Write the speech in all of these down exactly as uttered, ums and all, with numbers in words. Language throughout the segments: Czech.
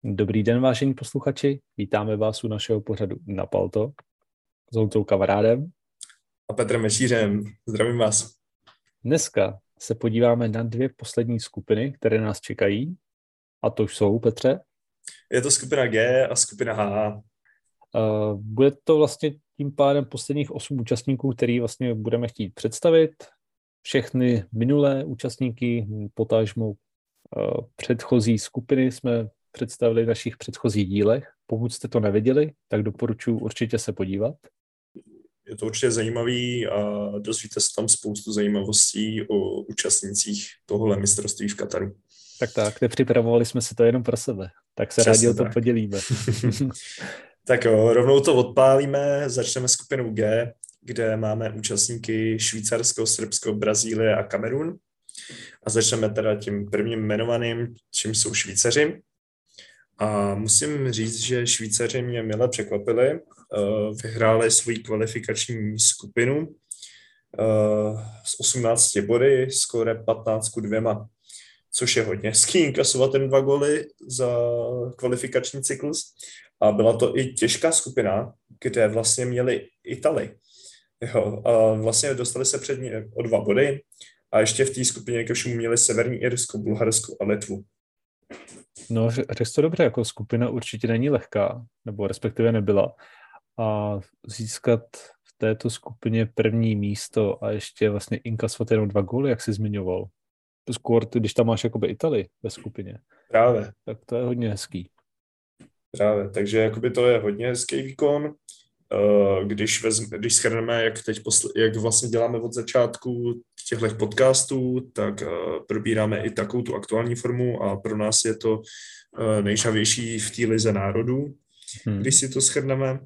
Dobrý den, vážení posluchači. Vítáme vás u našeho pořadu Na Palto s Honzou Kamarádem. A Petrem Mešířem. Zdravím vás. Dneska se podíváme na dvě poslední skupiny, které nás čekají. A to jsou, Petře? Je to skupina G a skupina H. Uh, bude to vlastně tím pádem posledních osm účastníků, který vlastně budeme chtít představit. Všechny minulé účastníky, potažmo uh, předchozí skupiny jsme představili v našich předchozích dílech. Pokud jste to neviděli, tak doporučuji určitě se podívat. Je to určitě zajímavý a dozvíte se tam spoustu zajímavostí o účastnících tohohle mistrovství v Kataru. Tak tak, nepřipravovali jsme si to jenom pro sebe. Tak se rádi o to podělíme. Tak jo, rovnou to odpálíme. Začneme skupinou G, kde máme účastníky Švýcarsko, Srbsko, Brazílie a Kamerun. A začneme teda tím prvním jmenovaným, čím jsou Švýcaři. A musím říct, že Švýcaři mě mile překvapili. Vyhráli svoji kvalifikační skupinu s osmnácti body, skóre patnáct ku dvěma, což je hodně hezký, inkasovat ten dva góly za kvalifikační cyklus. A byla to i těžká skupina, kde vlastně měli Itali. Jo, a vlastně dostali se před ně o dva body a ještě v té skupině ke všemu měli Severní Irsko, Bulharsko a Litvu. No, řekl to dobře, jako skupina určitě není lehká, nebo respektive nebyla. A získat v této skupině první místo a ještě vlastně inkasovat jenom dva góly, jak jsi zmiňoval. Skôr, když tam máš jakoby Itali ve skupině. Právě. Tak to je hodně hezký. Právě, takže jakoby to je hodně hezký výkon. Když, vezm, když shrneme, jak teď posl- jak vlastně děláme od začátku těchto podcastů, tak probíráme i takovou tu aktuální formu a pro nás je to nejžavější v té lize národů. Hmm. Když si to shrneme,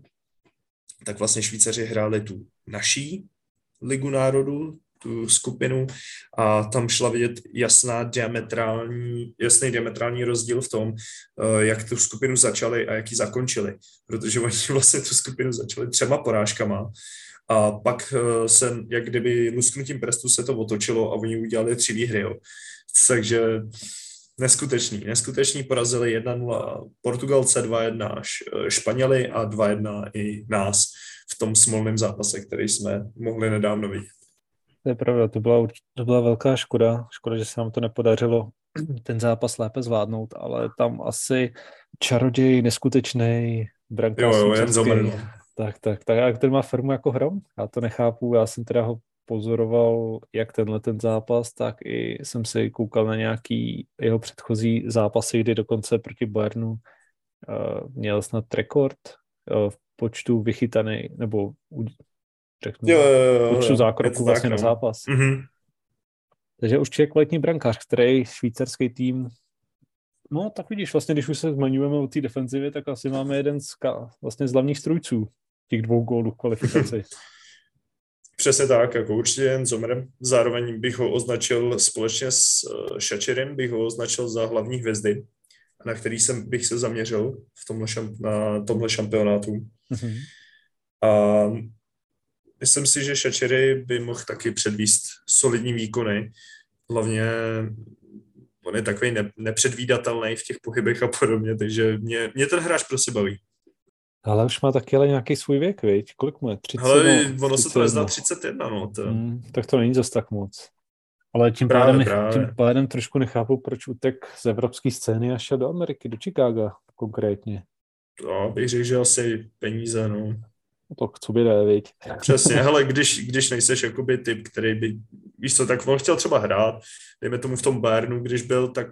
tak vlastně Švýcaři hráli tu naší ligu národů, tu skupinu, a tam šla vidět jasná diametrální, jasný diametrální rozdíl v tom, jak tu skupinu začali a jak ji zakončili. Protože oni vlastně tu skupinu začali třema porážkama a pak se, jak kdyby lusknutím prstu se to otočilo a oni udělali tři výhry. Jo. Takže neskutečný. Neskutečný porazili jedna nula Portugalce, dva jedna Španěli a dva jedna i nás v tom smolném zápase, který jsme mohli nedávno vidět. To je pravda, to byla, to byla velká škoda. Škoda, že se nám to nepodařilo ten zápas lépe zvládnout, ale tam asi čaroděj, neskutečný brankář. Jo, jo, jen Zomer. Tak, tak, tak. Jak ten má firmu jako hrom? Já to nechápu, já jsem teda ho pozoroval jak tenhle ten zápas, tak i jsem si koukal na nějaký jeho předchozí zápasy, kdy dokonce proti Bayernu uh, měl snad rekord uh, v počtu vychytaných, nebo řeknu, jo, jo, jo, počtu zákroků vlastně tak, na zápas. Mm-hmm. Takže určitě kvalitní brankář, který švýcarský tým, no tak vidíš, vlastně když už se zmiňujeme o té defenzivě, tak asi máme jeden z, vlastně z hlavních strůjců těch dvou gólů v kvalifikaci. Přesně tak, jako určitě jen Zomer. Zároveň bych ho označil společně s Šačerem, bych ho označil za hlavní hvězdy, na který jsem, bych se zaměřil v tomhle, šamp, na tomhle šampionátu. Mm-hmm. A myslím si, že Šačery by mohl taky předvíst solidní výkony. Hlavně on je takový ne, nepředvídatelný v těch pohybech a podobně, takže mě, mě ten hráč prostě baví. Ale už má taky ale nějaký svůj věk, viď? Kolik mu je? třicet, ale ono třicet jedna. se to nezdá třicet jedna, no. To... Hmm, tak to není zas tak moc. Ale tím, právě, pádem, právě. tím pádem trošku nechápu, proč utek z evropské scény a šel do Ameriky, do Chicaga konkrétně. To bych řekl, že asi peníze, no. No to co by jde, viď? Přesně, hele, když, když nejseš jakoby typ, který by, víš co, tak on chtěl třeba hrát, dejme tomu v tom Bayernu, když byl, tak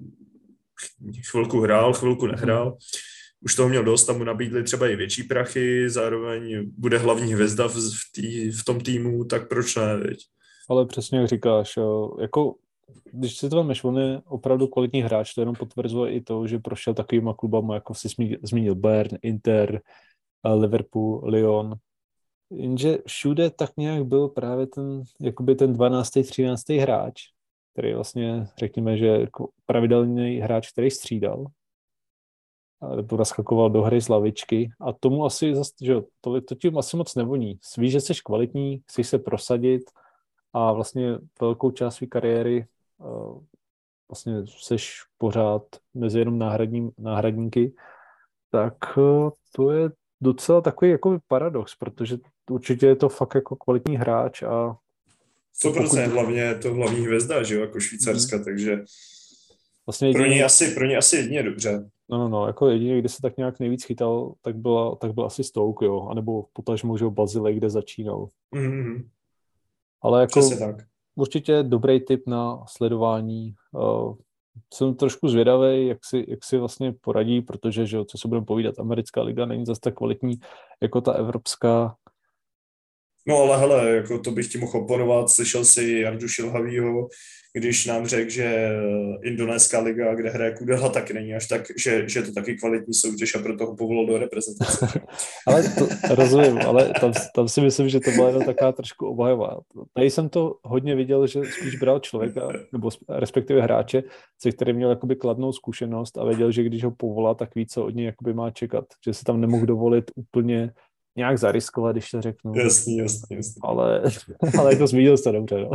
chvilku hrál, chvilku nehrál. Už toho měl dost, tam mu nabídli třeba i větší prachy, zároveň bude hlavní hvězda v, v, tý, v tom týmu, tak proč ne, viď? Ale přesně jak říkáš, jo, jako když si to vemeš, on je opravdu kvalitní hráč, to jenom potvrzuje i to, že prošel takovýma klubama, jako si zmínil Bayern, Inter, Liverpool, Lyon, jenže všude tak nějak byl právě ten, jakoby ten dvanáctý třináctý hráč, který vlastně, řekněme, že jako pravidelný hráč, který střídal, nebo naskakoval do hry z lavičky a tomu asi, že to, to tím asi moc nevoní. Víš, že jsi kvalitní, chceš se prosadit a vlastně velkou část své kariéry uh, vlastně seš pořád mezi jenom náhradním, náhradníky, tak uh, to je docela takový jako paradox, protože určitě je to fakt jako kvalitní hráč a sto procent pokud... hlavně je to hlavní hvězda, že jo, jako Švýcarska, mm, takže vlastně pro jediný, ně asi, pro ně asi jedině dobře. no, no, no, jako jediný, kde se tak nějak nejvíc chytal, tak byla, tak byl asi Stoke, jo, anebo potažmo, že jo, Bazilej, kde začínal. Mm-hmm. Ale jako Přesně tak. určitě dobrý tip na sledování. Uh, jsem trošku zvědavý, jak si, jak si vlastně poradí, protože, že jo, co se budeme povídat, americká liga není zase tak kvalitní jako ta evropská. No ale hele, jako to bych ti mohl oponovat, slyšel jsi Jardu Šilhavýho, když nám řekl, že indonéská liga, kde hraje Kudela, tak není až tak, že, že je to taky kvalitní soutěž a proto ho povolil do reprezentace. Ale to rozumím, ale tam, tam si myslím, že to byla jenom taková trošku obhajová. Tady jsem to hodně viděl, že spíš bral člověka, nebo respektive hráče, se kterým měl jakoby kladnou zkušenost a věděl, že když ho povolá, tak ví, co od něj jakoby má čekat. Že se tam nemohl dovolit úplně nějak zariskovat, když to řeknu. Jasný, jasný, jasný. Ale, ale jako zmínil jsi to dobře, no.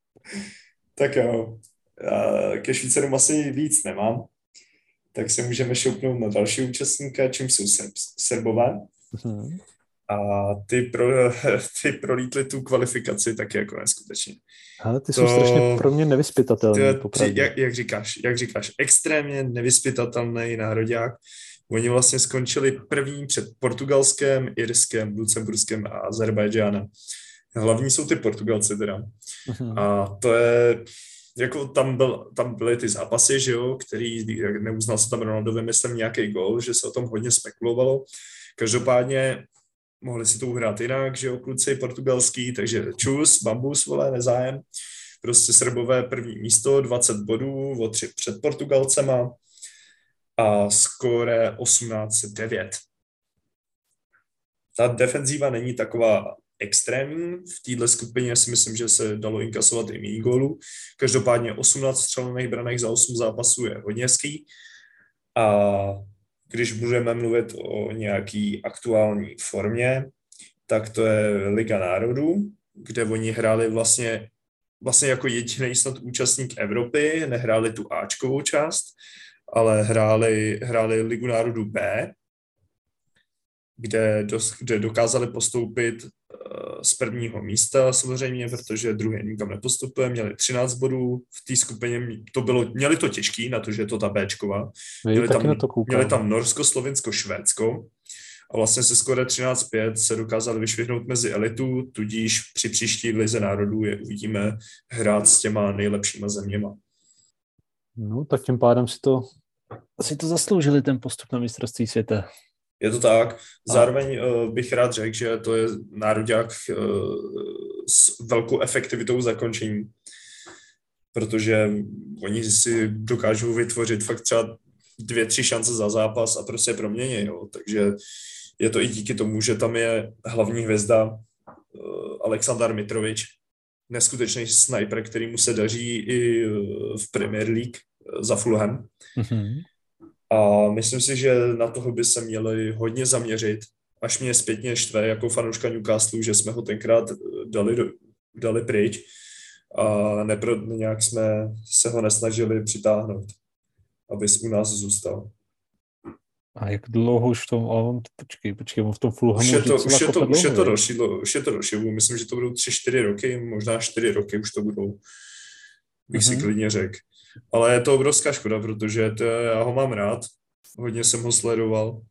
Tak jo, já ke Švýcarům asi víc nemám, tak se můžeme šoupnout na další účastníka, čím jsou Srb, Srbové. Hmm. A ty, pro, ty prolítli tu kvalifikaci taky jako neskutečně. Ale ty to, jsou strašně pro mě nevyspytatelný. Jak, jak, říkáš, jak říkáš, extrémně nevyspytatelný nároďák. Oni vlastně skončili první před Portugalskem, Irskem, Lucemburskem a Azerbajdžánem. Hlavní jsou ty Portugalci teda. Hmm. A to je, jako tam, byl, tam byly ty zápasy, že jo, který neuznal se tam Ronaldo vymyslel nějaký gól, že se o tom hodně spekulovalo. Každopádně mohli si to uhrát jinak, že jo, kluci portugalský, takže čus, bambus, vole, nezájem. Prostě Srbové první místo, dvacet bodů, o tři před Portugalcema a skóre osmnáct devět. Ta defenzíva není taková extrémní. V této skupině si myslím, že se dalo inkasovat i méně gólů. Každopádně osmnáct střelených branek za osm zápasů je hodně hezký. A když budeme mluvit o nějaký aktuální formě, tak to je Liga národů, kde oni hráli vlastně, vlastně jako jediný snad účastník Evropy, nehráli tu áčkovou část, ale hráli, hráli Ligu národů B, kde, dos, kde dokázali postoupit uh, z prvního místa samozřejmě, protože druhý nikam nepostupuje, měli třináct bodů, v té skupině to bylo, měli to těžký na to, že je to ta Bčková. Měli tam, měli tam Norsko, Slovinsko, Švédsko a vlastně se skoro třináct pět se dokázali vyšvihnout mezi elitu, tudíž při příští lize národů je uvidíme hrát s těma nejlepšíma zeměma. No, tak tím pádem si to, si to zasloužili ten postup na mistrovství světa. Je to tak. Zároveň uh, bych rád řekl, že to je nároďák uh, s velkou efektivitou zakončení, protože oni si dokážou vytvořit fakt třeba dvě, tři šance za zápas a prostě proměně, jo. Takže je to i díky tomu, že tam je hlavní hvězda uh, Aleksandar Mitrovič, neskutečný sniper, který mu se daří i v Premier League za Fulham. Mm-hmm. A myslím si, že na toho by se měli hodně zaměřit, až mě zpětně štve jako fanouška Newcastle, že jsme ho tenkrát dali, dali pryč a nepro, nějak jsme se ho nesnažili přitáhnout, aby u nás zůstal. A jak dlouho už v tom, ale on, počkej, počkej, on v tom Fulhamu už je to, už je to, dlouho, už je to došlo, už je to došlo, myslím, že to budou tři, čtyři roky, možná čtyři roky už to budou, bych mm-hmm. si klidně řekl. Ale je to obrovská škoda, protože to, já ho mám rád, hodně jsem ho sledoval.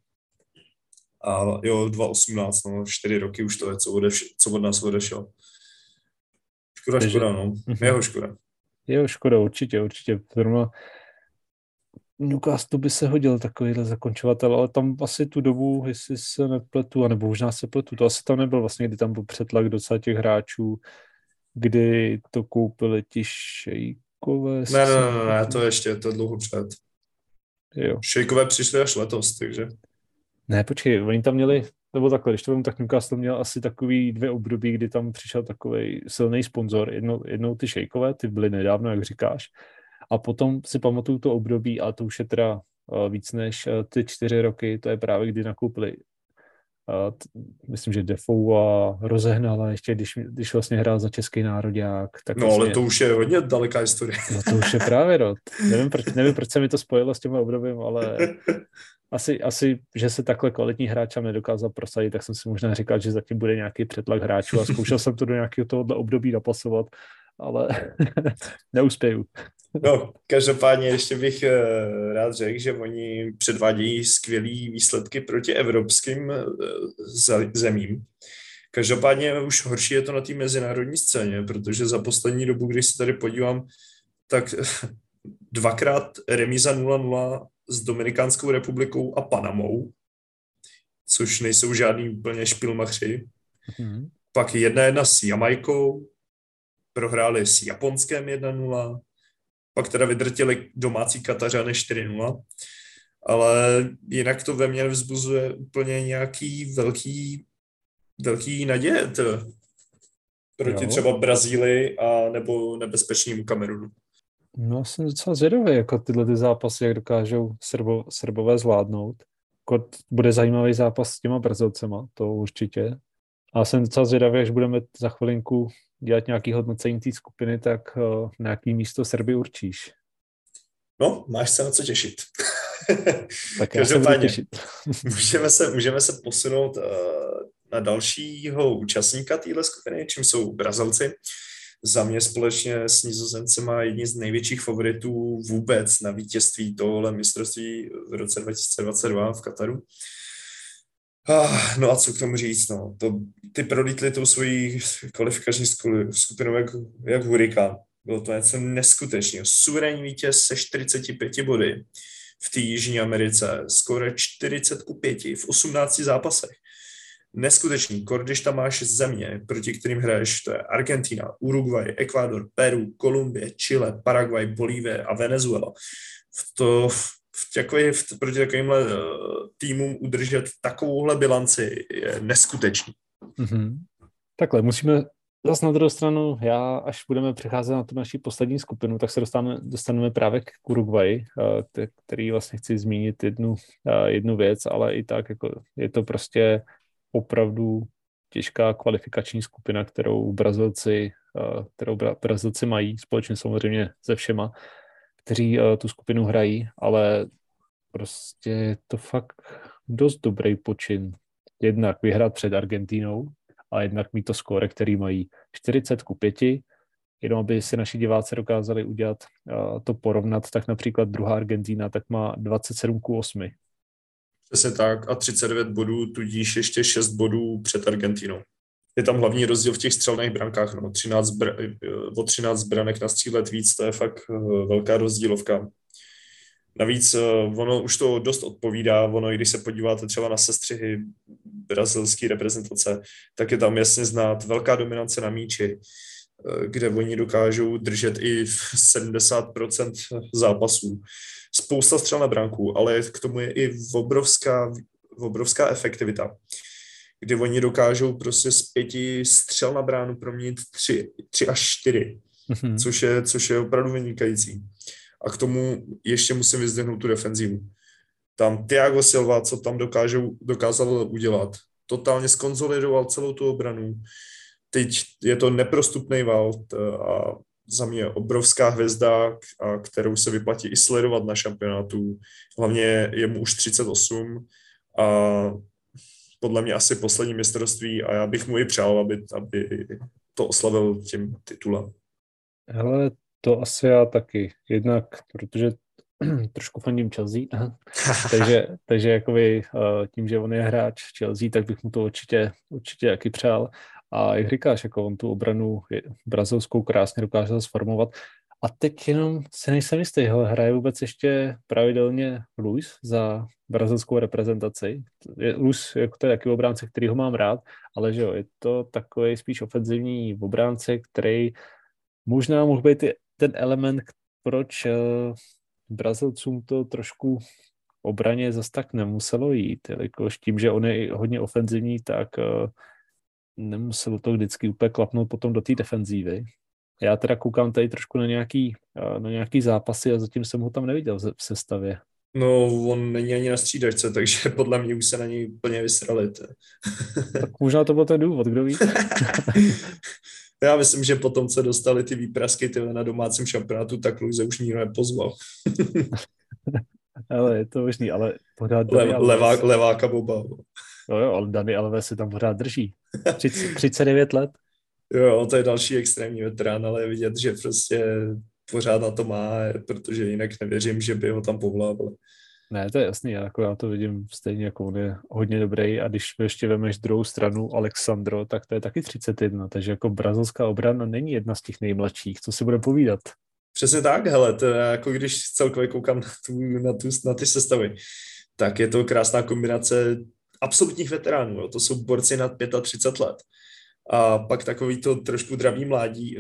A jo, dva tisíce osmnáct, no, čtyři roky už to je, co, odeš, co od nás odešel. Škoda, Takže, škoda, no. Uh-huh. Jeho škoda. Jeho škoda, určitě, určitě. Zrovna Newcastle by se hodil takovýhle zakončovatel, ale tam asi tu dobu, jestli se nepletu, anebo možná se pletu, to asi tam nebyl vlastně, kdy tam byl přetlak docela těch hráčů, kdy to koupili ti šejkové. Ne, ne, ne, ne, to ještě, to je dlouho před. Jo. Šejkové přišli až letos, takže. Ne, počkej, oni tam měli, nebo takhle, když to vím, tak Newcastle měl asi takový dvě období, kdy tam přišel takový silný sponzor. Jednou, jednou ty šejkové, ty byly nedávno, jak říkáš. A potom si pamatuju to období, a to už je teda uh, víc než uh, ty čtyři roky, to je právě kdy nakoupili a t- myslím, že Defoe a rozehnala ještě, když, když vlastně hrál za český nároďák, tak No ale vlastně, to už je hodně daleká historie. no to už je právě, no. Nevím, proč, nevím, proč se mi to spojilo s těma obdobím, ale asi, asi, že se takhle kvalitní hráčem nedokázal prosadit, tak jsem si možná říkal, že zatím bude nějaký přetlak hráčů a zkoušel jsem to do nějakého tohohle období napasovat, ale neuspěju. No, každopádně ještě bych eh, rád řekl, že oni předvádějí skvělý výsledky proti evropským eh, ze- zemím. Každopádně už horší je to na té mezinárodní scéně, protože za poslední dobu, když se tady podívám, tak dvakrát remíza nula nula s Dominikánskou republikou a Panamou, což nejsou žádný úplně špilmachři. Mhm. Pak jedna jedna s Jamajkou, prohráli s Japonskem jedna nula, pak teda vydrtili domácí Katařany čtyři nula, ale jinak to ve mně vzbuzuje úplně nějaký velký, velký naděje to, proti Jo. třeba Brazílii a nebo nebezpečnému Kamerunu. No, jsem docela zvědavý, jako tyhle ty zápasy, jak dokážou Srbo, Srbové zvládnout. Jako bude zajímavý zápas s těma Brazilcema, to určitě. A jsem docela zvědavý, až budeme za chvilinku dělat nějaký hodnocení té skupiny, tak uh, na jaký místo Srby určíš. No, máš se na co těšit. Tak já se budu těšit. můžeme, se, můžeme se posunout uh, na dalšího účastníka téhle skupiny, čím jsou Brazilci. Za mě společně s Nizozemcema jedni z největších favoritů vůbec na vítězství tohohle mistrovství v roce dva tisíce dvacet dva v Kataru. Ah, no a co k tomu říct, no. To, ty prolítli tou svojí kvalifikační skupinou jak, jak hurikán. Bylo to něco neskutečného. Suverénní vítěz se čtyřiceti pěti body v té Jižní Americe. Skoro čtyřicet ku pěti v osmnácti zápasech. Neskutečný. Kor, když tam máš země, proti kterým hraješ, to je Argentina, Uruguay, Ekvádor, Peru, Kolumbie, Chile, Paraguay, Bolívie a Venezuela. V to v takový, v, proti takovýmhle uh, týmům udržet takovouhle bilanci je neskutečný. Mm-hmm. Takhle, musíme zase na druhou stranu, já až budeme přecházet na tu naši poslední skupinu, tak se dostaneme, dostaneme právě k Uruguay, uh, který vlastně chci zmínit jednu, uh, jednu věc, ale i tak jako je to prostě opravdu těžká kvalifikační skupina, kterou Brazilci, uh, kterou Bra- Brazilci mají, společně samozřejmě se všema, kteří uh, tu skupinu hrají, ale prostě je to fakt dost dobrý počin. Jednak vyhrát před Argentínou a jednak mít to skóre, který mají čtyřicet ku pěti. Jenom aby si naši diváci dokázali udělat uh, to porovnat, tak například druhá Argentína tak má dvacet sedm ku osmi. Přesně tak a třicet devět bodů, tudíž ještě šest bodů před Argentínou. Je tam hlavní rozdíl v těch střelných brankách. No. třináct br- o třináct branek na střílet víc, to je fakt uh, velká rozdílovka. Navíc uh, ono už to dost odpovídá, ono, i když se podíváte třeba na sestřihy brazilské reprezentace, tak je tam jasně znát velká dominance na míči, uh, kde oni dokážou držet i sedmdesát procent zápasů. Spousta střel na branku, ale k tomu je i obrovská, obrovská efektivita, kdy oni dokážou prostě z pěti střel na bránu proměnit tři, tři až čtyři, mm-hmm. což je, což je opravdu vynikající. A k tomu ještě musím vyzdvihnout tu defenzivu. Tam Thiago Silva, co tam dokážou, dokázal udělat, totálně skonzolidoval celou tu obranu. Teď je to neprostupný val a za mě obrovská hvězda, a kterou se vyplatí i sledovat na šampionátu. Hlavně je mu už třicet osm a podle mě asi poslední mistrovství a já bych mu i přál, aby, aby to oslavil tím titulem. Hele, to asi já taky. Jednak, protože trošku fandím Chelsea, takže, takže jakoby, tím, že on je hráč Chelsea, tak bych mu to určitě, určitě taky přál. A jak říkáš, jako on tu obranu brazilskou krásně dokázal sformovat. A teď jenom se nejsem jistý, hele, hraje vůbec ještě pravidelně Luis za brazilskou reprezentaci. Je, Luis jako to je taky obránce, který ho mám rád, ale že jo, je to takový spíš ofenzivní obránce, který možná mohl být ten element, proč uh, Brazilcům to trošku obraně zas tak nemuselo jít, jelikož tím, že on je hodně ofenzivní, tak uh, nemuselo to vždycky úplně klapnout potom do té defenzívy. Já teda koukám tady trošku na nějaký, na nějaký zápasy a zatím jsem ho tam neviděl v sestavě. No, on není ani na střídačce, takže podle mě už se na něj plně vysrali. Tak možná to byl ten důvod, kdo ví. Já myslím, že potom, co dostali ty výprasky tyhle na domácím šampionátu, tak Luise už nikdo nepozval. Ale je to možný, ale pořád Dani Le, levá, Alves. leváka Boba. Jo, jo, ale Dani Alves se tam pořád drží. třicet, třicet devět let. Jo, to je další extrémní veterán, ale je vidět, že prostě pořád na to má, protože jinak nevěřím, že by ho tam povládli. Ne, to je jasný, já, jako já to vidím stejně, jako on je hodně dobrý a když ještě vemeš druhou stranu Alexandro, tak to je taky třicet jedna, takže jako brazilská obrana není jedna z těch nejmladších, co si bude povídat. Přesně tak, hele, to je jako když celkově koukám na, tu, na, tu, na ty sestavy, tak je to krásná kombinace absolutních veteránů, jo. To jsou borci nad třicet pět let. A pak takový to trošku dravý mládí,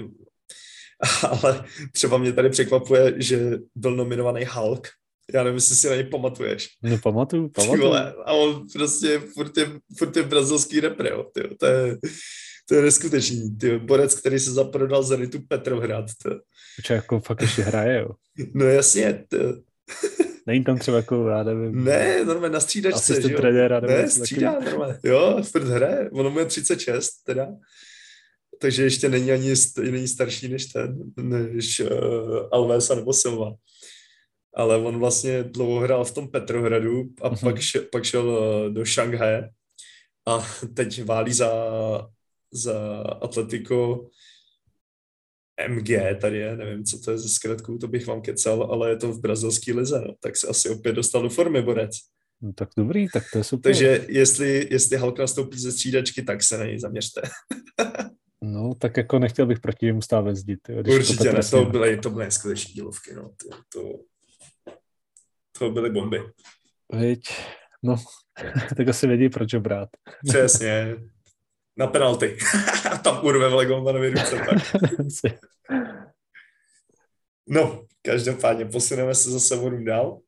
ale třeba mě tady překvapuje, že byl nominovaný Hulk. Já nevím, jestli si na něj pamatuješ. No pamatuju, pamatuju. A on prostě furt je, furt je brazilský repre, jo. Tyjo, to je, to je neskutečný. Tyjo, borec, který se zaprodal za Zenitu Petrohrad. Protože jako fakt ještě hraje, jo. No jasně. Tyjo. Není tam třeba jako, já nevím. Ne, normálně na střídačce, asistent že jo. trenéra, Ne, střídá normálně. Jo, furt hraje. Ono mu je třicet šest teda. Takže ještě není ani není starší než ten, než uh, Alves nebo Silva. Ale on vlastně dlouho hrál v tom Petrohradu a mm-hmm. pak, šel, pak šel uh, do Šanghaje a teď válí za, za Atletico M G tady je, nevím, co to je ze zkratkou, to bych vám kecal, ale je to v brazilské lize, no, tak se asi opět dostal do formy borec. No tak dobrý, tak to je super. Takže jestli, jestli Hulk nastoupí ze střídačky, tak se na něj zaměřte. No, tak jako nechtěl bych proti němu stále jezdit. Jo, určitě to ne, to byly, to byly neskutečné dílovky, no, to, to, to byly bomby. Víď, no, tak asi vědí, proč ho brát. Přesně. Na penalty. Tam urve v Legolmanovi ruce. Tak. No, každopádně posuneme se zase vodu dál.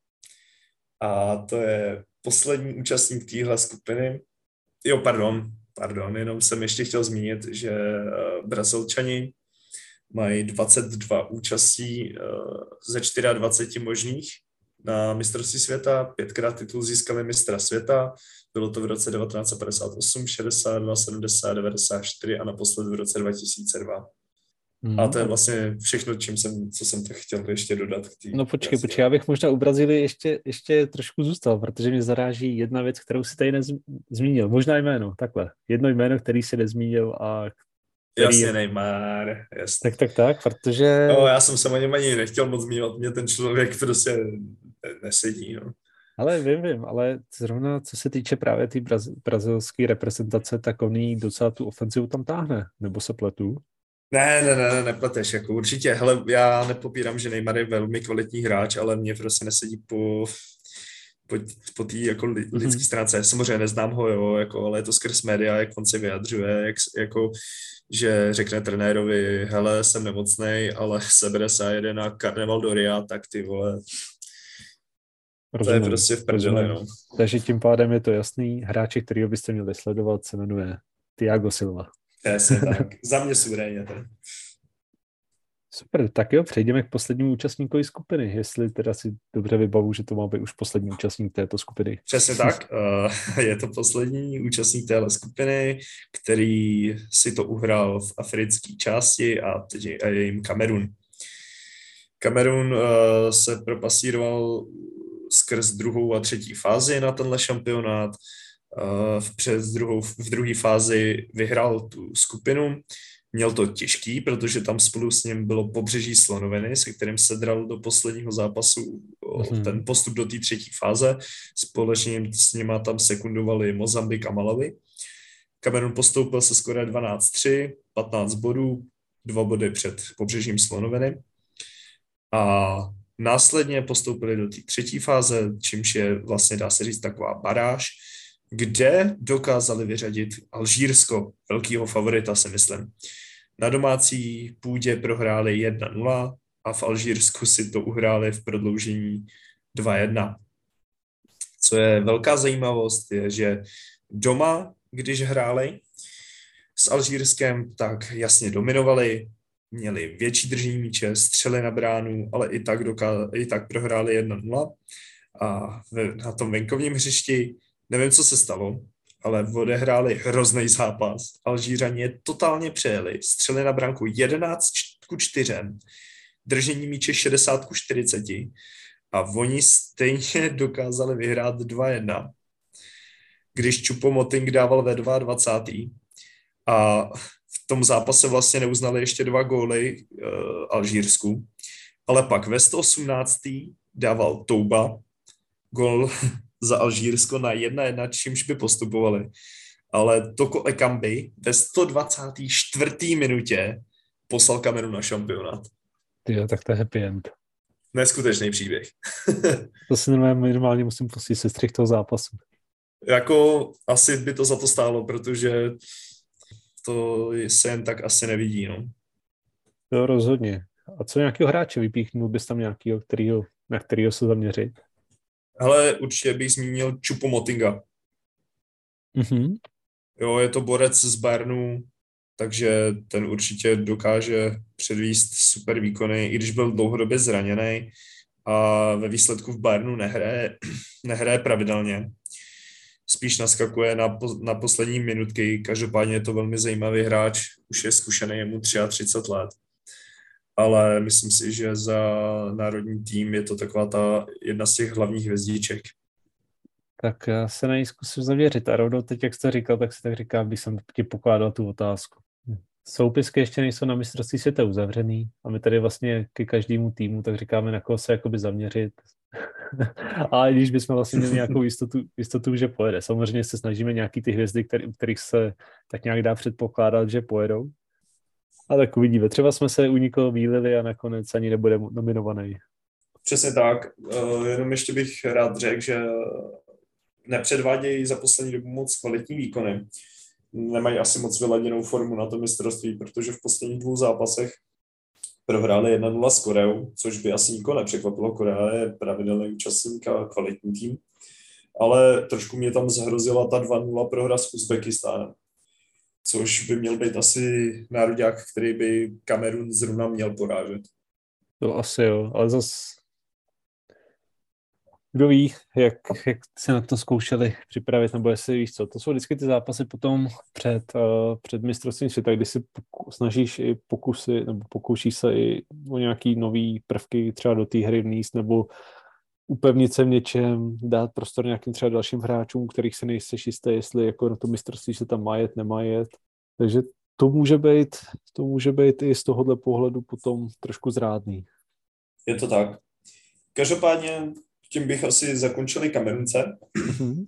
A to je poslední účastník téhle skupiny. Jo, pardon, pardon, jenom jsem ještě chtěl zmínit, že Brazilčani mají dvacet dva účastí ze dvacet čtyři možných na mistrovství světa, pětkrát titul získali mistra světa, bylo to v roce devatenáct padesát osm, šedesát dva, sedmdesát, devadesát čtyři a naposled v roce dva tisíce dva. Mm. A to je vlastně všechno, čím jsem, co jsem tak chtěl ještě dodat. K tý no počkej, počkej, já bych možná u Brazílii ještě, ještě trošku zůstal, protože mě zaráží jedna věc, kterou si tady nezmínil. Možná jméno, takhle. Jedno jméno, který si nezmínil a jasně, je... Neymar. Jasně. Tak, tak, tak, protože... No, já jsem se o něm ani nechtěl moc zmínit, mě ten člověk prostě nesedí, no. Ale vím, vím, ale zrovna co se týče právě té braz, brazilské reprezentace, tak on jí docela tu ofenzivu tam táhne, nebo se pletu? Ne, ne, ne, ne, nepleteš, jako určitě. Hele, já nepopírám, že Neymar je velmi kvalitní hráč, ale mě prostě nesedí po, po, po té jako lidské mm-hmm. stránce. Samozřejmě neznám ho, jo, jako, ale je to skrz média, jak on se vyjadřuje, jak, jako, že řekne trenérovi, hele, jsem nemocnej, ale sebere se a jede na Carnaval do Ria, tak ty vole... Rozumím, to je prostě v prdeli, no. Takže tím pádem je to jasný. Hráči, kterýho byste měli sledovat, se jmenuje Thiago Silva. Jasně tak. Za mě suverénně ten. Super, tak jo, přejdeme k poslednímu účastníkovi skupiny, jestli teda si dobře vybavu, že to má být už poslední účastník této skupiny. Přesně tak, je to poslední účastník téhle skupiny, který si to uhrál v africké části a teď je jim Kamerun. Kamerun se propasíroval skrz druhou a třetí fázi na tenhle šampionát. V, přes druhou, v druhé fázi vyhrál tu skupinu. Měl to těžký, protože tam spolu s ním bylo Pobřeží Slonoviny, se kterým se dral do posledního zápasu mm-hmm. ten postup do té třetí fáze. Společně s nima tam sekundovali Mozambik a Malawi. Kamerun postoupil se skoro dvanáct tři, patnáct bodů, dva body před Pobřežím Slonoviny. A následně postoupili do té třetí fáze, čímž je vlastně, dá se říct, taková baráž, kde dokázali vyřadit Alžírsko, velkýho favorita, si myslím. Na domácí půdě prohráli jedna nula a v Alžírsku si to uhráli v prodloužení dva jedna. Co je velká zajímavost, je, že doma, když hráli s Alžírskem, tak jasně dominovali, měli větší držení míče, střely na bránu, ale i tak, dokáz- i tak prohráli jedna nula. A na tom venkovním hřišti, nevím, co se stalo, ale odehráli hrozný zápas. Alžířani je totálně přejeli, střeli na branku jedenáct ku čtyřem, držení míče šedesát ku čtyřiceti a oni stejně dokázali vyhrát dva jedna, když Choupo-Moting dával ve dvacátém druhém a v tom zápase vlastně neuznali ještě dva góly uh, Alžírsku, ale pak ve sto osmnáctém dával Touba gól za Alžírsko na jedna jedna, čímž by postupovali. Ale Toko Ekambi ve sto dvacáté čtvrté minutě poslal Kamerun na šampionát. Tyjo, tak to je happy end. Neskutečný příběh. To si normálně, normálně musím pustit sestřih toho zápasu. Jako asi by to za to stálo, protože to se jen tak asi nevidí, no. Jo, rozhodně. A co nějakého hráče vypíchnul bys tam nějakého, kterýho, na kterého se zaměřit? Hele, určitě bych zmínil Choupo-Motinga. Mhm. Jo, je to borec z Bayernu, takže ten určitě dokáže předvést super výkony, i když byl dlouhodobě zraněný a ve výsledku v Bayernu nehraje, nehraje pravidelně. Spíš naskakuje na, na poslední minutky, každopádně je to velmi zajímavý hráč, už je zkušený, je mu třicet tři let. Ale myslím si, že za národní tým je to taková ta jedna z těch hlavních hvězdiček. Tak já se na ní zkusím zavěřit. A rovnou teď, jak jste říkal, tak si tak říkám, když jsem ti pokládal tu otázku. Soupisky ještě nejsou na mistrovství světa uzavřený a my tady vlastně ke každému týmu tak říkáme, na koho se jakoby zaměřit. Ale když bychom vlastně měli nějakou jistotu, jistotu, že pojede. Samozřejmě se snažíme nějaký ty hvězdy, který, u kterých se tak nějak dá předpokládat, že pojedou. A tak uvidíme. Třeba jsme se u nikoho mýlili a nakonec ani nebude nominovaný. Přesně tak. Uh, jenom ještě bych rád řekl, že nepředvádějí za poslední dobu moc kvalitní výkony. Nemají asi moc vyladěnou formu na to mistrovství, protože v posledních dvou zápasech prohráli jedna nula s Koreou, což by asi nikoho nepřekvapilo. Korea je pravidelný účastník a kvalitní tým. Ale trošku mě tam zhrozila ta dva nula prohra s Uzbekistánem, což by měl být asi nároďák, který by Kamerun zrovna měl porážet. To asi jo, ale zas kdo ví, jak, jak se na to zkoušeli připravit, nebo jestli víš co. To jsou vždycky ty zápasy potom před, uh, před mistrovstvím světa, kdy si poku, snažíš i pokusy, nebo pokoušíš se i o nějaký nový prvky třeba do té hry vníst, nebo upevnit se v něčem, dát prostor nějakým třeba dalším hráčům, kterých se nejseš jistý, jestli jako na to mistrovství se tam má jet, nemá jet. Takže to může být, to může být i z tohohle pohledu potom trošku zrádný. Je to tak. Každopádně tím bych asi zakončili Kamerunce. Mm-hmm.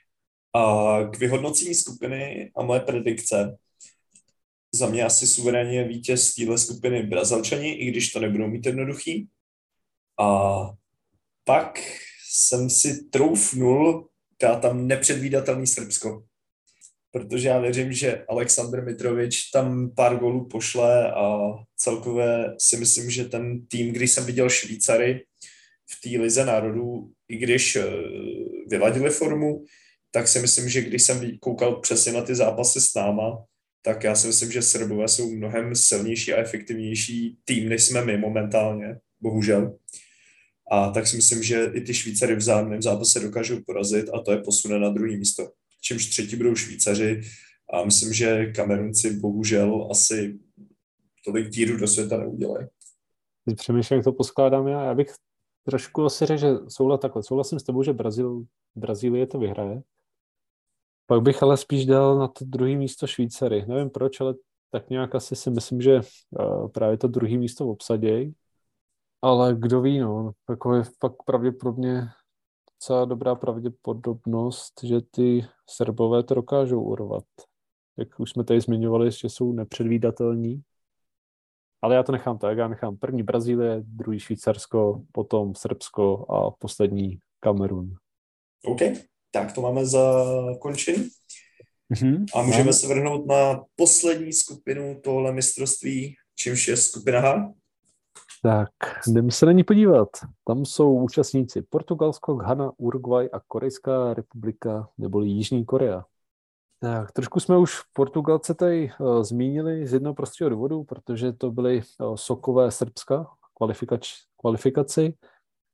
A k vyhodnocení skupiny a moje predikce. Za mě asi suverénně vítěz téhle skupiny Brazilčani, i když to nebudou mít jednoduchý. A pak jsem si troufnul dát tam nepředvídatelný Srbsko. Protože já věřím, že Aleksandr Mitrovič tam pár gólů pošle a celkově si myslím, že ten tým, když jsem viděl Švýcary v té lize národů, i když vyladili formu, tak si myslím, že když jsem koukal přesně na ty zápasy s náma, tak já si myslím, že Srbové jsou mnohem silnější a efektivnější tým, než jsme my momentálně, bohužel. A tak si myslím, že i ty Švýcary v vzájemném zápase dokážou porazit a to je posune na druhé místo. Čímž třetí budou Švýcaři a myslím, že Kamerunci bohužel asi tolik díru do světa neudělají. Teď přemýšlím, jak to poskládám já. Já bych trošku asi řekl, že souhlas, takhle, souhlasím s tebou, že Brazíl, Brazílie to vyhraje. Pak bych ale spíš dal na to druhé místo Švýcary. Nevím proč, ale tak nějak asi si myslím, že právě to druhé místo obsadějí. Ale kdo ví, no, jako je fakt pravděpodobně docela dobrá pravděpodobnost, že ty Srbové to dokážou urvat. Jak už jsme tady zmiňovali, že jsou nepředvídatelní. Ale já to nechám tak, já nechám první Brazílie, druhý Švýcarsko, potom Srbsko a poslední Kamerun. OK, tak to máme zakončen. Mm-hmm. A můžeme se vrhnout na poslední skupinu tohle mistrovství, čímž je skupina H. Tak, jdeme se na ní podívat. Tam jsou účastníci Portugalsko, Ghana, Uruguay a Korejská republika, neboli Jižní Korea. Tak, trošku jsme už Portugalce tady uh, zmínili z jednoho prostého důvodu, protože to byly uh, sokové Srbska kvalifikač, kvalifikaci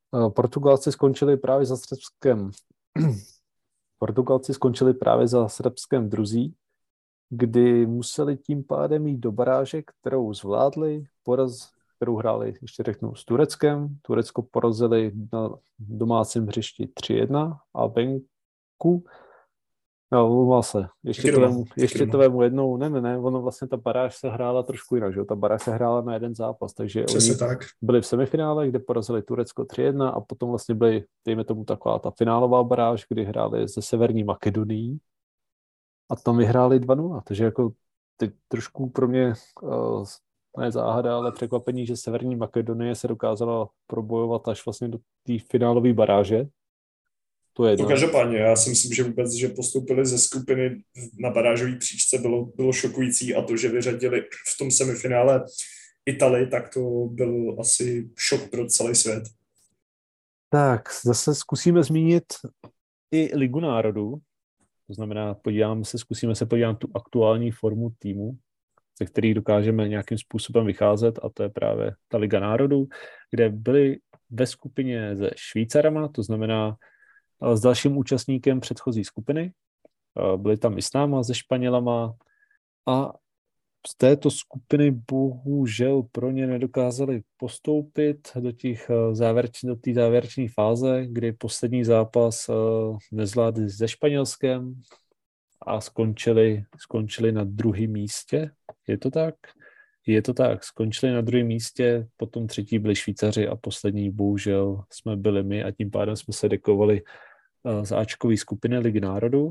Portugalci skončili právě za Srbskem. Portugalci skončili právě za Srbskem druzí, kdy museli tím pádem jít do baráže, kterou zvládli, poraz, kterou hráli, ještě řeknu, s Tureckem. Turecko porazili na domácím hřišti tři jedna a venku, no, mluvil se, ještě to, vemu, ještě to vemu jednou, ne, ne, ne, ono vlastně ta baráž se hrála trošku jinak, že jo, ta baráž se hrála na jeden zápas, takže Přesně oni tak. byli v semifinále, kde porazili Turecko tři jedna a potom vlastně byli, dejme tomu, taková ta finálová baráž, kdy hráli ze Severní Makedonii a tam vyhráli dva nula, takže jako teď trošku pro mě uh, ne záhada, ale překvapení, že Severní Makedonie se dokázala probojovat až vlastně do té finálové baráže. To je To každopádně, já si myslím, že vůbec, že postoupili ze skupiny na barážový příčce bylo, bylo šokující a to, že vyřadili v tom semifinále Italii, tak to byl asi šok pro celý svět. Tak, zase zkusíme zmínit i Ligu národů, to znamená, podíváme se, zkusíme se podívat na tu aktuální formu týmu, ze kterých dokážeme nějakým způsobem vycházet, a to je právě ta Liga národů, kde byli ve skupině se Švýcarama, to znamená s dalším účastníkem předchozí skupiny. Byli tam i s náma, se Španělama a z této skupiny bohužel pro ně nedokázali postoupit do těch závěrč, do té závěrečné fáze, kdy poslední zápas nezvládli se Španělskem a skončili, skončili na druhém místě. Je to tak? Je to tak. Skončili na druhém místě, potom třetí byli Švýcaři a poslední bohužel jsme byli my a tím pádem jsme se dekovali z áčkové skupiny Ligy národů.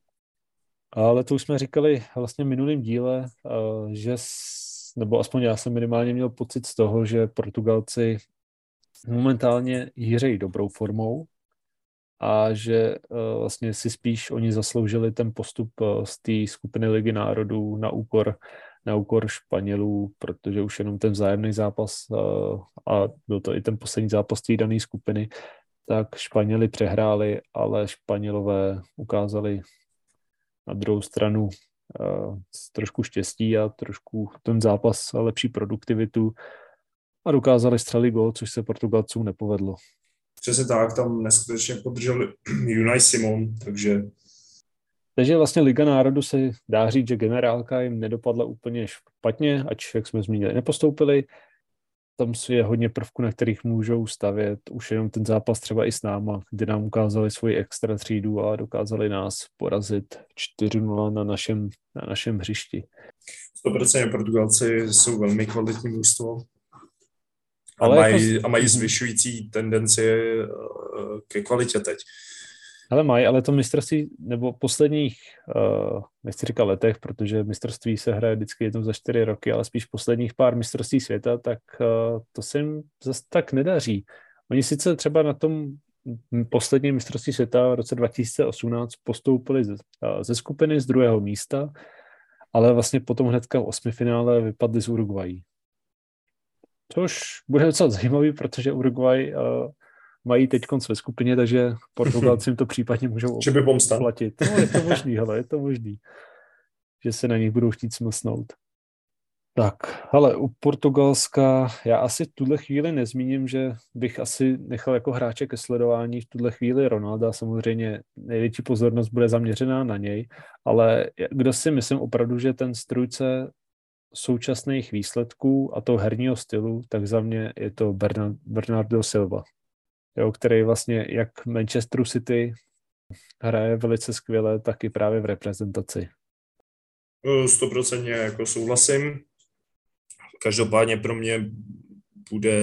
Ale to už jsme říkali vlastně v minulém díle, že, nebo aspoň já jsem minimálně měl pocit z toho, že Portugalci momentálně hrají dobrou formou a že vlastně si spíš oni zasloužili ten postup z té skupiny Ligy národů na úkor, na úkor Španělů, protože už jenom ten vzájemný zápas a byl to i ten poslední zápas té dané skupiny, tak Španěli přehráli, ale Španělové ukázali na druhou stranu uh, trošku štěstí a trošku ten zápas a lepší produktivitu a dokázali střelit gól, což se Portugalcům nepovedlo. Přesně tak, tam neskutečně podržel Unai Simon, takže... Takže vlastně Liga národů se dá říct, že generálka jim nedopadla úplně špatně, ač, jak jsme zmínili, nepostoupili. Tam je hodně prvků, na kterých můžou stavět. Už jenom ten zápas třeba i s náma, kdy nám ukázali svoji extra třídu a dokázali nás porazit čtyři nula na našem, na našem hřišti. sto procent Portugalci jsou velmi kvalitní mužstvo a Ale mají, jako... a mají zvyšující tendenci ke kvalitě teď. Ale mají, ale to mistrovství, nebo posledních, uh, nechci říkat letech, protože mistrovství se hraje vždycky jednou za čtyři roky, ale spíš posledních pár mistrovství světa, tak uh, to se jim zase tak nedaří. Oni sice třeba na tom posledním mistrovství světa v roce dva tisíce osmnáct postoupili ze, uh, ze skupiny z druhého místa, ale vlastně potom hnedka v osmifinále vypadli z Uruguayi. Což bude docela zajímavý, protože Uruguay uh, mají teď ve skupině, takže Portugalci jim to případně můžou platit. No, je to možný, hele, je to možný, že se na nich budou chtít smlsnout. Tak, hele, u Portugalska já asi v tuhle chvíli nezmíním, že bych asi nechal jako hráče ke sledování v tuhle chvíli Ronalda, samozřejmě největší pozornost bude zaměřená na něj, ale kdo si myslím opravdu, že ten strůjce současných výsledků a toho herního stylu, tak za mě je to Bernard, Bernardo Silva. Jo, který vlastně jak Manchesteru City hraje velice skvěle, tak i právě v reprezentaci. Stoprocentně jako souhlasím. Každopádně pro mě bude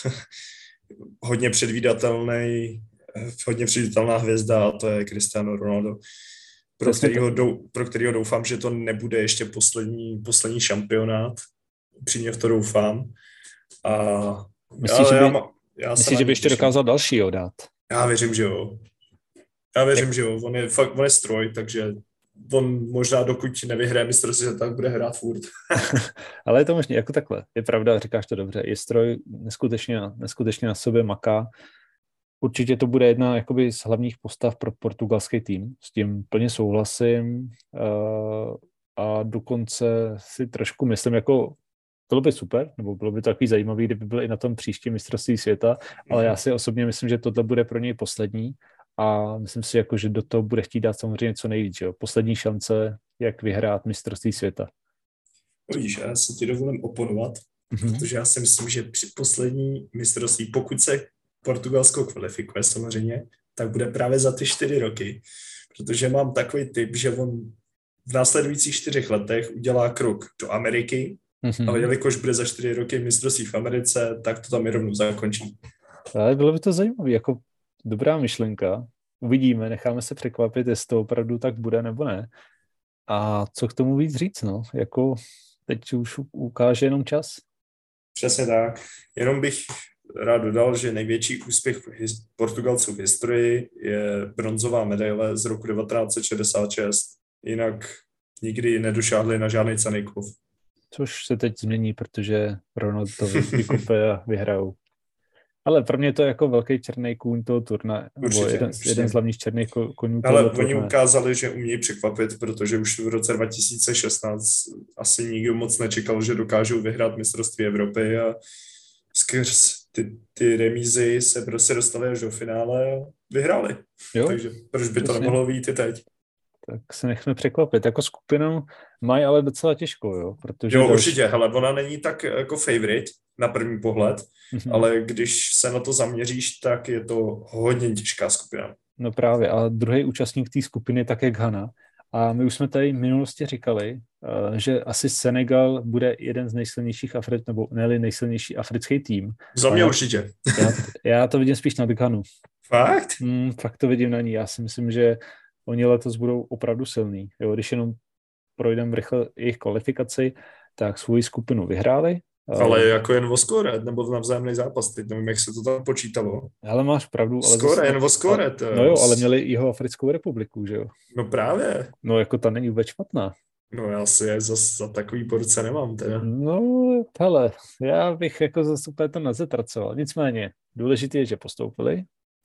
hodně předvídatelný, hodně předvídatelná hvězda a to je Cristiano Ronaldo, pro kterýho, dou, pro kterýho doufám, že to nebude ještě poslední, poslední šampionát. Upřímně v to doufám. A Myslíš, že by... Já, Já Myslíš, že by ještě dokázal dalšího dát? Já věřím, že jo. Já věřím, Jak... že jo. On je fakt, on je stroj, takže on možná dokud nevyhraje mistrovství, tak bude hrát furt. Ale je to možné, jako takhle. Je pravda, říkáš to dobře. Je stroj, neskutečně, neskutečně na sobě maká. Určitě to bude jedna jakoby z hlavních postav pro portugalský tým. S tím plně souhlasím. A dokonce si trošku myslím, jako bylo by super, nebo bylo by to takový zajímavý, kdyby byl i na tom příštím mistrovství světa, ale já si osobně myslím, že tohle bude pro něj poslední a myslím si, jako, že do toho bude chtít dát samozřejmě co nejvíc. Jo? Poslední šance, jak vyhrát mistrovství světa. No víš, já si ti dovolím oponovat, Mm-hmm. protože já si myslím, že při poslední mistrovství, pokud se Portugalsko kvalifikuje samozřejmě, tak bude právě za ty čtyři roky, protože mám takový tip, že on v následujících čtyřech letech udělá krok do Ameriky, mm-hmm. ale jelikož bude za čtyři roky mistrovství v Americe, tak to tam i rovnou zakončí. Ale bylo by to zajímavé, jako dobrá myšlenka. Uvidíme, necháme se překvapit, jestli to opravdu tak bude nebo ne. A co k tomu víc říct, no? Jako teď už ukáže jenom čas. Přesně tak. Jenom bych rád dodal, že největší úspěch Portugalců v historii je bronzová medaile z roku devatenáct set šedesát šest. Jinak nikdy nedošáhli na žádný cenný kov. Což se teď změní, protože Ronaldo to vykupe a vyhrajou. Ale pro mě to je jako velký černý kůň toho turnaje. Určitě, nebo jeden, určitě. jeden z hlavních černých konů toho Ale turnaje. oni ukázali, že umějí překvapit, protože už v roce dva tisíce šestnáct asi nikdo moc nečekal, že dokážou vyhrát mistrovství Evropy a skrz ty, ty remízy se prostě dostali až do finále a vyhráli. Jo? Takže proč by to Přesně. nemohlo být i teď? Tak se nechme překvapit. Jako skupinu mají ale docela těžko, jo? Protože jo, další... určitě. Hele, ona není tak jako favorite na první pohled, mm-hmm. ale když se na to zaměříš, tak je to hodně těžká skupina. No právě. A druhý účastník té skupiny je také Ghana. A my už jsme tady v minulosti říkali, že asi Senegal bude jeden z nejsilnějších Afrik, nebo ne nejsilnější africký tým. Za mě já, určitě. Já, já to vidím spíš na Ghanu. Fakt? Mm, fakt to vidím na ní. Já si myslím, že oni letos budou opravdu silní. Jo, když jenom projdeme rychle jejich kvalifikaci, tak svou skupinu vyhráli. Ale jako jen o skóre, nebo v navzájemný zápas, teď nevím, jak se to tam počítalo. Ale máš pravdu. Ale skóre, zase, jen o skóre. To... No jo, ale měli Jihoafrickou republiku, že jo? No právě. No jako ta není vůbec špatná. No já si je zase za takový porce nemám teda. No hele, já bych jako zase úplně to nezatracoval. Nicméně, důležité je, že postoupili.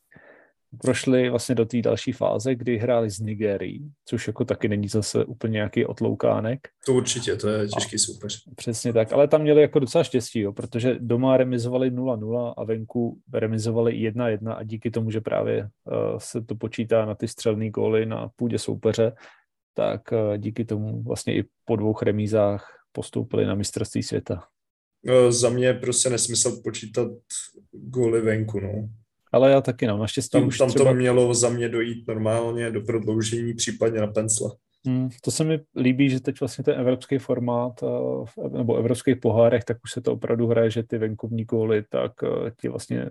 Prošli vlastně do té další fáze, kdy hráli s Nigérií, což jako taky není zase úplně nějaký otloukánek. To určitě, to je těžký soupeř. Přesně tak, ale tam měli jako docela štěstí, jo, protože doma remizovali nula nula a venku remizovali jedna jedna a díky tomu, že právě uh, se to počítá na ty střelný góly na půdě soupeře, tak uh, díky tomu vlastně i po dvou remízách postoupili na mistrovství světa. No, za mě prostě nesmysl počítat góly venku, no. Ale já taky no, naštěstí tam, už tam třeba... to mělo za mě dojít normálně do prodloužení, případně na pencle. Hmm, to se mi líbí, že teď vlastně ten evropský formát nebo evropských pohárech, tak už se to opravdu hraje, že ty venkovní góly, tak ti vlastně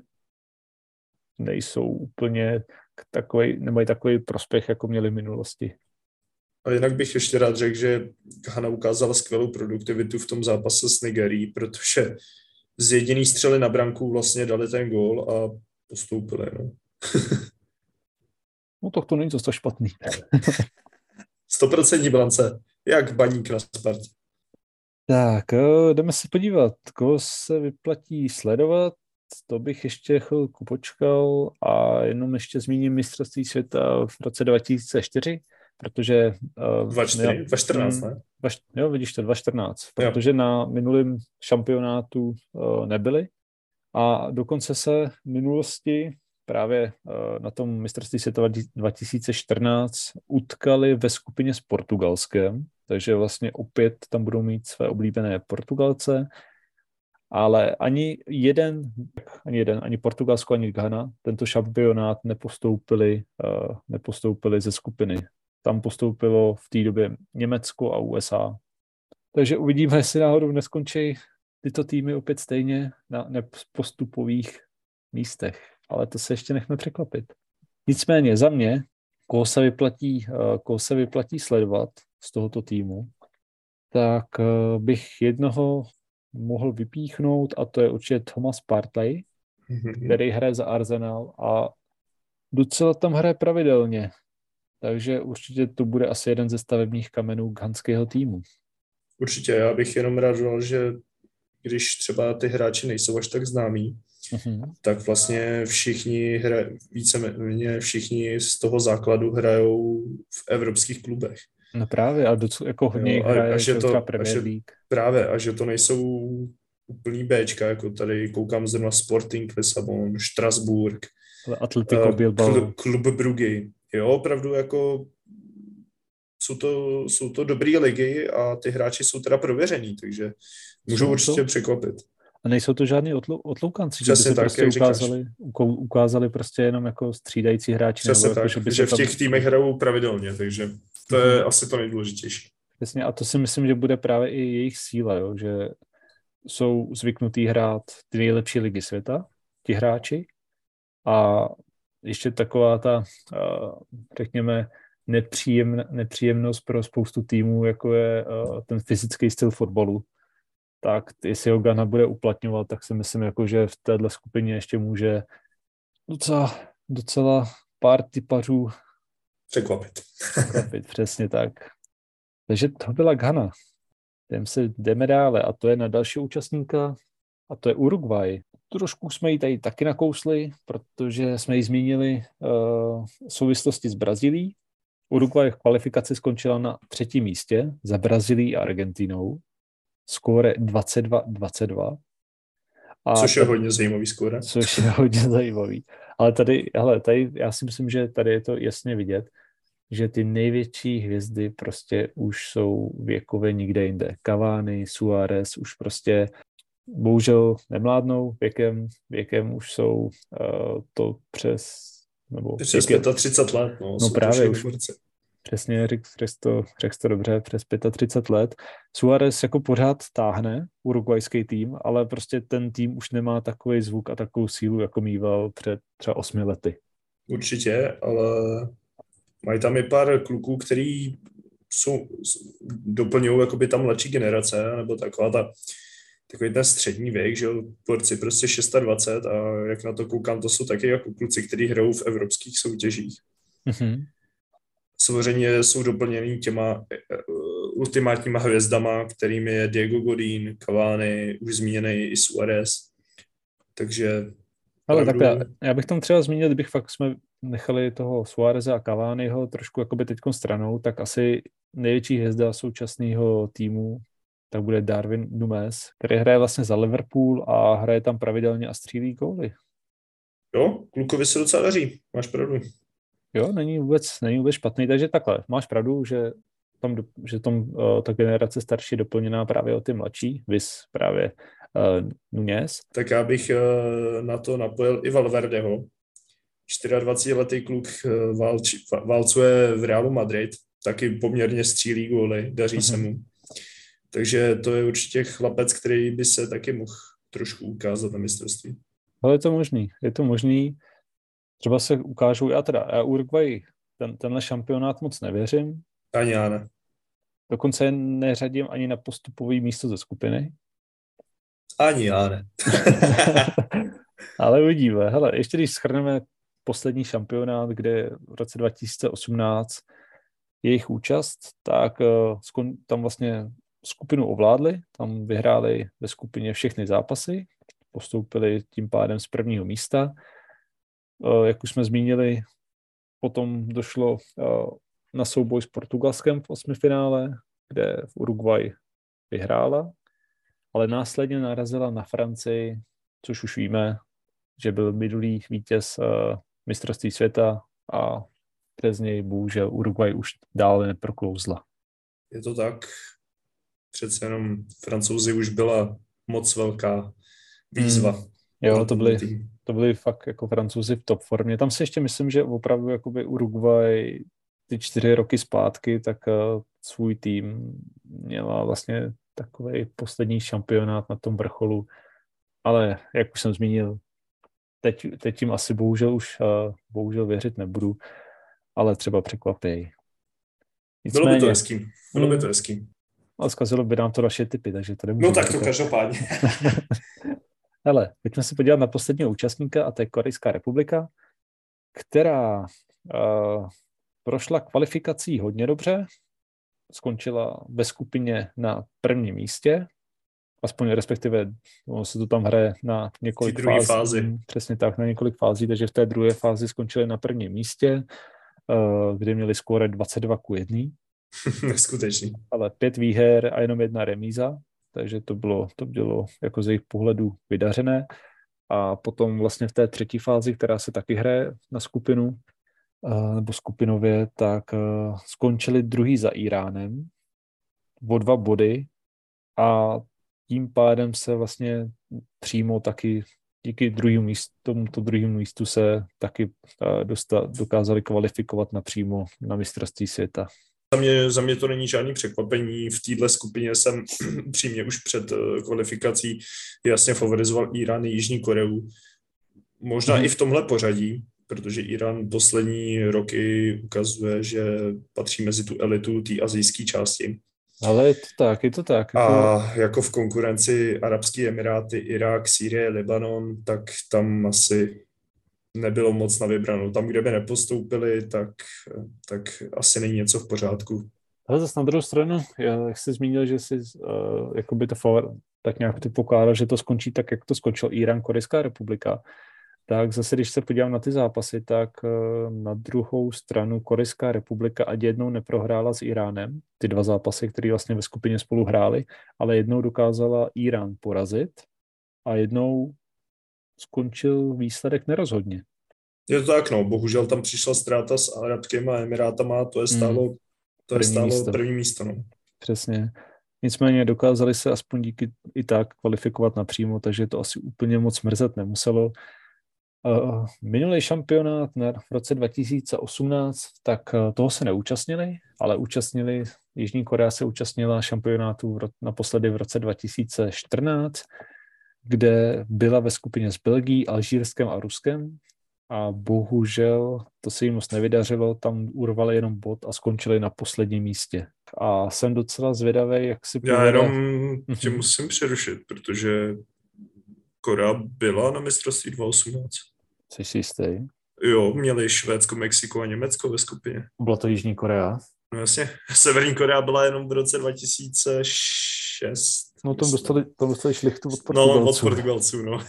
nejsou úplně takový, nemají takový prospěch, jako měli v minulosti. A jinak bych ještě rád řekl, že Ghana ukázala skvělou produktivitu v tom zápase s Nigerií, protože z jediný střely na branku vlastně dali ten gól a postoupili. No, no tak to není zase špatný. sto procent bilance, jak baník na Spartě. Tak, jdeme se podívat, koho se vyplatí sledovat. To bych ještě chvilku počkal a jenom ještě zmíním mistrovství světa v roce dva tisíce čtyři, protože... dva tisíce čtrnáct, ne? Jo, vidíš to, dva tisíce čtrnáct, protože jo. Na minulém šampionátu nebyli a dokonce se v minulosti právě na tom mistrovství světa dva tisíce čtrnáct utkali ve skupině s Portugalskem, takže vlastně opět tam budou mít své oblíbené Portugalce, ale ani jeden, ani jeden, ani Portugalsko, ani Ghana tento šampionát nepostoupili, nepostoupili ze skupiny. Tam postoupilo v té době Německo a U S A. Takže uvidíme, jestli náhodou neskončí tyto týmy opět stejně na nepostupových místech. Ale to se ještě nechme překvapit. Nicméně za mě, koho se vyplatí, koho se vyplatí sledovat z tohoto týmu, tak bych jednoho mohl vypíchnout a to je určitě Thomas Partey, mm-hmm. který hraje za Arsenal a docela tam hraje pravidelně. Takže určitě to bude asi jeden ze stavebních kamenů ghanského týmu. Určitě, já bych jenom rád dodal, že když třeba ty hráči nejsou až tak známí, uh-huh. tak vlastně všichni hra, víceméně všichni z toho základu hrajou v evropských klubech. No právě, a docela, jako hodně Jo, jich a, hraje a že třeba to, a Premier že League. právě, a že to nejsou úplný Bčka, jako tady koukám zrovna Sporting Lisabon, Strasburg, Ale Atletico uh, Bilbao. Klub Brugge. Jo, opravdu jako jsou to, jsou to dobrý ligy a ty hráči jsou teda prověření, takže můžou Jsou, určitě jsou. překvapit. A nejsou to žádní otlou, otloukanci, že by Přesně se tak, prostě jak říkáš. ukázali, ukou- ukázali prostě jenom jako střídající hráči. Přesně nebo jako, tak, že, by že se v tam... těch týmech hrajou pravidelně, takže to je mm-hmm. asi to nejdůležitější. Přesně, a to si myslím, že bude právě i jejich síla, jo? Že jsou zvyknutí hrát ty nejlepší ligy světa, ti hráči, a ještě taková ta, řekněme, nepříjemn, nepříjemnost pro spoustu týmů, jako je ten fyzický styl fotbalu, tak jestli ho Ghana bude uplatňovat, tak si myslím, jako, že v téhle skupině ještě může docela, docela pár typařů překvapit. překvapit, přesně tak. Takže to byla Ghana. Jdeme se, jdeme dále a to je na další účastníka a to je Uruguay. Trošku jsme ji tady taky nakousli, protože jsme ji zmínili uh, v souvislosti s Brazílií. Uruguay v kvalifikaci skončila na třetím místě za Brazílií a Argentínou. Skóre dvacet dva dvacet dva. A což je tady, hodně zajímavý skóre. Což je hodně zajímavý. Ale tady, hele, tady, já si myslím, že tady je to jasně vidět, že ty největší hvězdy prostě už jsou věkově nikde jinde. Cavani, Suárez už prostě bohužel nemládnou věkem, věkem už jsou uh, to přes nebo přes třicet pět let, no, no právě už, borci. Přesně, řekl řek to, řek to dobře, přes třicet pět let. Suárez jako pořád táhne urugvajský tým, ale prostě ten tým už nemá takový zvuk a takovou sílu, jako mýval před třeba osmi lety. Určitě, ale mají tam i pár kluků, který jsou, doplňují jakoby tam mladší generace, nebo taková ta, takový ten střední věk, že jo, borci prostě dvacet šest a jak na to koukám, to jsou taky jako kluci, kteří hrajou v evropských soutěžích. Mm-hmm. Samozřejmě jsou doplněný těma uh, ultimátníma hvězdama, kterými je Diego Godín, Cavani, už zmíněný i Suárez. Takže ale pravdu... takhle, já bych tam třeba zmínil, kdybych fakt jsme nechali toho Suáreze a Cavaniho trošku jakoby teďkom stranou, tak asi největší hvězda současného týmu tak bude Darwin Núñez, který hraje vlastně za Liverpool a hraje tam pravidelně a střílí góly. Jo, klukovi se docela daří, máš pravdu. Jo, není vůbec, není vůbec špatný, takže takhle, máš pravdu, že tam, že tam uh, ta generace starší doplněná právě o ty mladší, vys právě uh, Núñez. Tak já bych uh, na to napojil i Valverdeho. dvacetčtyřletý kluk uh, válči, válcuje v Realu Madrid, taky poměrně střílí góly, daří mm-hmm. se mu. Takže to je určitě chlapec, který by se taky mohl trošku ukázat na mistrovství. Ale je to možný, je to možný. Třeba se ukážou, já teda, já Uruguay ten, tenhle šampionát moc nevěřím. Ani já ne. Dokonce je neřadím ani na postupový místo ze skupiny. Ani já ne. Ale uvidíme. Hele, ještě když shrneme poslední šampionát, kde v roce dva tisíce osmnáct jejich účast, tak uh, tam vlastně skupinu ovládli, tam vyhráli ve skupině všechny zápasy, postoupili tím pádem z prvního místa. Uh, jak už jsme zmínili, potom došlo uh, na souboj s Portugalskem v osmifinále, kde v Uruguay vyhrála, ale následně narazila na Francii, což už víme, že byl minulý vítěz uh, mistrovství světa a přes něj bohužel Uruguay už dále neproklouzla. Je to tak. Přece jenom Francouzi už byla moc velká výzva. Hmm. Jo, to byly, to byly fakt jako Francouzi v top formě. Tam si ještě myslím, že opravdu jakoby Uruguay ty čtyři roky zpátky, tak uh, svůj tým měla vlastně takový poslední šampionát na tom vrcholu. Ale jak už jsem zmínil, teď, teď tím asi bohužel už uh, bohužel věřit nebudu, ale třeba překvapějí. Bylo by to hezký. Bylo by to hezký. Ale zkazilo by nám to naše tipy, takže to nemůžeme. No tak to říkat. Každopádně. Hele, pojďme se podívat na posledního účastníka a to je Korejská republika, která uh, prošla kvalifikací hodně dobře, skončila ve skupině na prvním místě, aspoň respektive no, se to tam hraje na několik fází. fázi. Přesně tak, na několik fází, takže v té druhé fázi skončili na prvním místě, uh, kde měli skóre dvacet dva ku jednomu. Neskutečný. Ale pět výher a jenom jedna remíza, takže to bylo, to bylo jako z jejich pohledu vydařené. A potom vlastně v té třetí fázi, která se taky hraje na skupinu, nebo skupinově, tak skončili druhý za Iránem o dva body a tím pádem se vlastně přímo taky díky druhému místu, tomuto druhému místu se taky dostat, dokázali kvalifikovat napřímo na mistrovství světa. Za mě, za mě to není žádný překvapení. V této skupině jsem přímě už před kvalifikací jasně favorizoval Irán i Jižní Koreu. Možná hmm. i v tomhle pořadí, protože Irán poslední roky ukazuje, že patří mezi tu elitu té asijské části. Ale je to tak, je to tak. A jako v konkurenci Arabské Emiráty, Irák, Sýrie, Libanon, tak tam asi nebylo moc na vybranou. Tam, kde by nepostoupili, tak, tak asi není něco v pořádku. Ale zase na druhou stranu, jak jsi zmínil, že jsi uh, jakoby to favor, tak nějak ty pokládal, že to skončí tak, jak to skončil Irán, Korejská republika. Tak zase, když se podívám na ty zápasy, tak na druhou stranu Korejská republika ať jednou neprohrála s Iránem, ty dva zápasy, které vlastně ve skupině spolu hráli, ale jednou dokázala Irán porazit a jednou skončil výsledek nerozhodně. Je to tak, no, bohužel tam přišla ztráta s Arabskými Emirátama, to je stálo, hmm. to je první stálo místo. první místo. No. Přesně. Nicméně dokázali se aspoň díky i tak kvalifikovat napřímo, takže to asi úplně moc mrzet nemuselo. Uh, minulý šampionát na, v roce dva tisíce osmnáct, tak uh, toho se neúčastnili, ale účastnili, Jižní Korea se účastnila šampionátu v ro, naposledy v roce dva tisíce čtrnáct, kde byla ve skupině s Belgií, Alžírskem a Ruskem a bohužel to se jim moc nevydařilo, tam urvali jenom bod a skončili na posledním místě. A jsem docela zvědavý, jak si povede... Já jenom tě musím přerušit, protože Korea byla na mistrovství dva tisíce osmnáct. Jsi si jistý? Jo, měli Švédsko, Mexiko a Německo ve skupině. Byla to Jižní Korea? No jasně. Severní Korea byla jenom v roce dva tisíce šest. No tam dostali, tam dostali šlichtu od Portugalců. No, od Portugalců, no.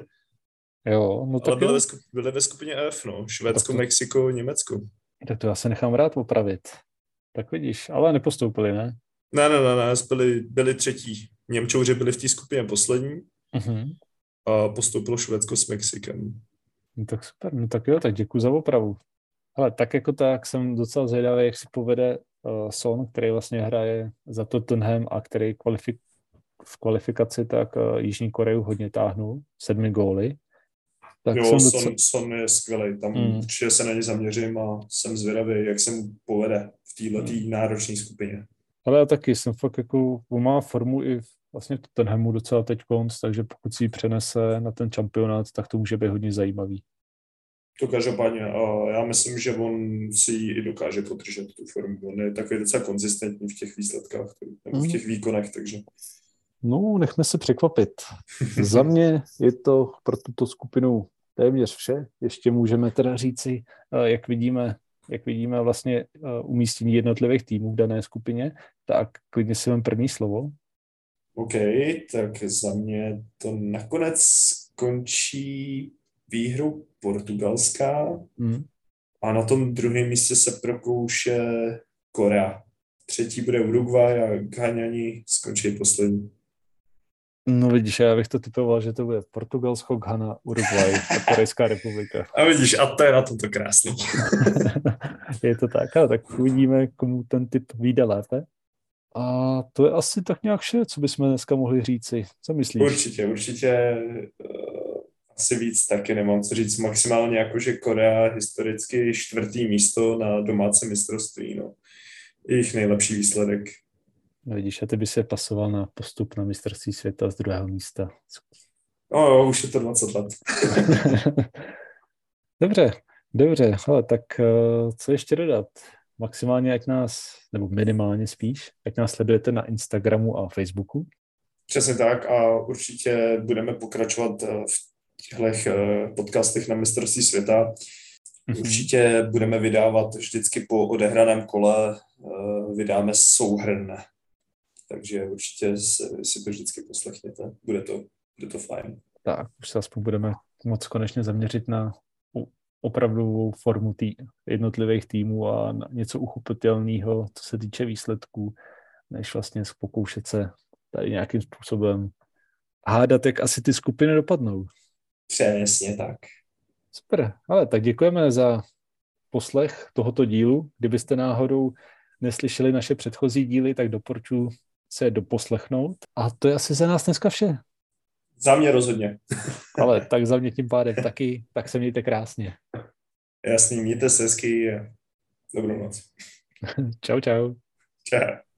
Jo, no tak ale byli ve, skup, byli ve skupině F, no. Švédsko, to... Mexiko, Německo. Tak to já se nechám rád opravit. Tak vidíš, ale nepostoupili, ne? Ne, ne, ne, ne, byli, byli třetí. Němčouři byli v té skupině poslední. Uh-huh. A postoupilo Švédsko s Mexikem. No tak super, no tak jo, tak děkuji za opravu. Ale tak jako tak jsem docela zvědavý, jak si povede uh, Son, který vlastně hraje za Tottenham a který kvalifik- v kvalifikaci tak uh, Jižní Koreu hodně táhnul, sedmi góly. Tak jo, Son, docela... Son je skvělý, tam mm. určitě se na ně zaměřím a jsem zvědavý, jak se mu povede v této mm. náročné skupině. Ale já taky jsem fakt jako, on má formu i vlastně Tottenhamu docela teď konc, takže pokud si ji přenese na ten šampionát, tak to může být hodně zajímavý. To každopádně, a já myslím, že on si ji i dokáže podržet tu formu. On je takový docela konzistentní v těch výsledkách, nebo v těch výkonech, takže... No, nechme se překvapit. Za mě je to pro tuto skupinu téměř vše. Ještě můžeme teda říci, jak vidíme, jak vidíme vlastně umístění jednotlivých týmů v dané skupině, tak klidně si vám první slovo. OK, tak za mě to nakonec skončí výhrou Portugalská hmm. a na tom druhém místě se prokouše Korea. Třetí bude Uruguay a Ghaňani skončí poslední. No vidíš, já bych to typoval, že to bude Portugalsko, Ghana, Uruguay a Korejská republika. A vidíš, a to je na tomto krásný. Je to tak, ale tak uvidíme, komu ten typ vyjde lépe. A to je asi tak nějak vše, co bychom dneska mohli říci. Co myslíš? Určitě, určitě uh, asi víc taky nemám co říct. Maximálně jako, že Korea historicky čtvrtý místo na domácím mistrovství. No. Jejich nejlepší výsledek. No vidíš, a ty by se pasoval na postup na mistrovství světa z druhého místa. No jo, už je to dvacet let. Dobře, dobře, ale tak uh, co ještě dodat? Maximálně, ať nás, nebo minimálně spíš, ať nás sledujete na Instagramu a Facebooku. Přesně tak a určitě budeme pokračovat v těchto podcastech na mistrovství světa. Mm-hmm. Určitě budeme vydávat vždycky po odehraném kole, vydáme souhrn. Takže určitě si to vždycky poslechněte. Bude to, bude to fajn. Tak, už se aspoň budeme moc konečně zaměřit na opravdovou formu tý, jednotlivých týmů a něco uchopitelného, co se týče výsledků, než vlastně pokoušet se tady nějakým způsobem hádat, jak asi ty skupiny dopadnou. Přesně tak. Super, ale tak děkujeme za poslech tohoto dílu. Kdybyste náhodou neslyšeli naše předchozí díly, tak doporučuji se doposlechnout. A to je asi za nás dneska vše. Za mě rozhodně. Ale tak za mě tím pádem taky, tak se mějte krásně. Jasný, mějte se hezky. Dobrou noc. Čau, čau. Čau.